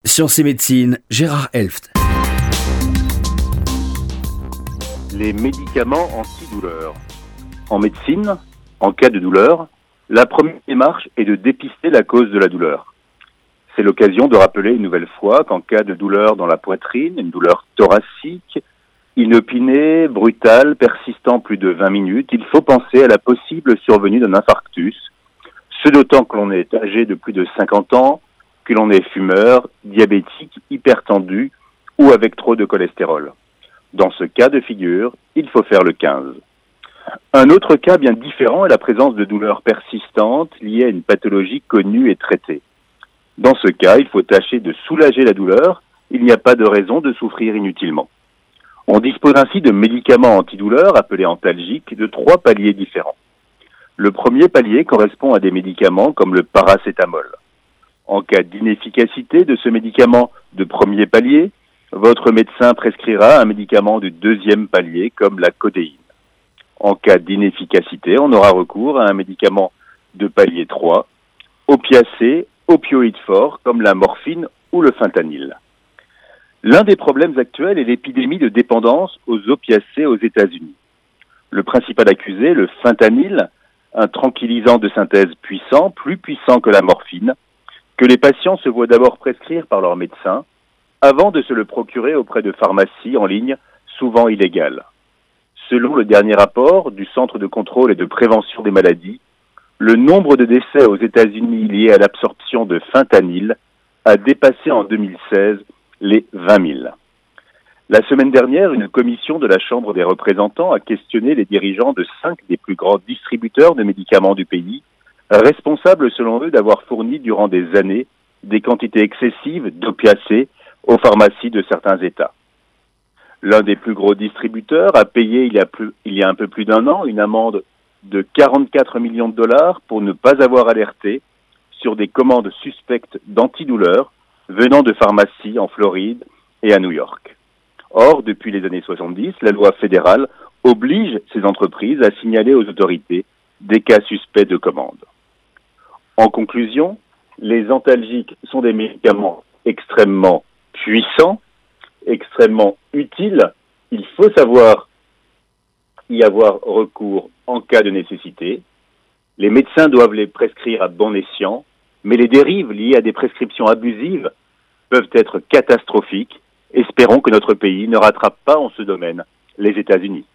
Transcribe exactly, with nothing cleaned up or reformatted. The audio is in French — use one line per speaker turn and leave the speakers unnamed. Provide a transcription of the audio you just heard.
Sciences et médecine, Gérard Elft.
Les médicaments antidouleurs. En médecine, en cas de douleur, la première démarche est de dépister la cause de la douleur. C'est l'occasion de rappeler une nouvelle fois qu'en cas de douleur dans la poitrine, une douleur thoracique, inopinée, brutale, persistant plus de vingt minutes, il faut penser à la possible survenue d'un infarctus, ce d'autant que l'on est âgé de plus de cinquante ans, que l'on est fumeur, diabétique, hypertendu ou avec trop de cholestérol. Dans ce cas de figure, il faut faire le quinze. Un autre cas bien différent est la présence de douleurs persistantes liées à une pathologie connue et traitée. Dans ce cas, il faut tâcher de soulager la douleur, il n'y a pas de raison de souffrir inutilement. On dispose ainsi de médicaments antidouleurs appelés antalgiques de trois paliers différents. Le premier palier correspond à des médicaments comme le paracétamol. En cas d'inefficacité de ce médicament de premier palier, votre médecin prescrira un médicament de deuxième palier comme la codéine. En cas d'inefficacité, on aura recours à un médicament de palier trois, opiacé, opioïde fort comme la morphine ou le fentanyl. L'un des problèmes actuels est l'épidémie de dépendance aux opiacés aux États-Unis. Le principal accusé, le fentanyl, un tranquillisant de synthèse puissant, plus puissant que la morphine, que les patients se voient d'abord prescrire par leur médecin avant de se le procurer auprès de pharmacies en ligne, souvent illégales. Selon le dernier rapport du Centre de contrôle et de prévention des maladies, le nombre de décès aux États-Unis liés à l'absorption de fentanyl a dépassé en deux mille seize les vingt mille. La semaine dernière, une commission de la Chambre des représentants a questionné les dirigeants de cinq des plus grands distributeurs de médicaments du pays, responsables selon eux d'avoir fourni durant des années des quantités excessives d'opiacés aux pharmacies de certains États. L'un des plus gros distributeurs a payé il y a, plus, il y a un peu plus d'un an une amende de quarante-quatre millions de dollars pour ne pas avoir alerté sur des commandes suspectes d'antidouleurs venant de pharmacies en Floride et à New York. Or, depuis les années soixante-dix, la loi fédérale oblige ces entreprises à signaler aux autorités des cas suspects de commandes. En conclusion, les antalgiques sont des médicaments extrêmement puissants, extrêmement utiles. Il faut savoir y avoir recours en cas de nécessité. Les médecins doivent les prescrire à bon escient, mais les dérives liées à des prescriptions abusives peuvent être catastrophiques. Espérons que notre pays ne rattrape pas en ce domaine les États-Unis.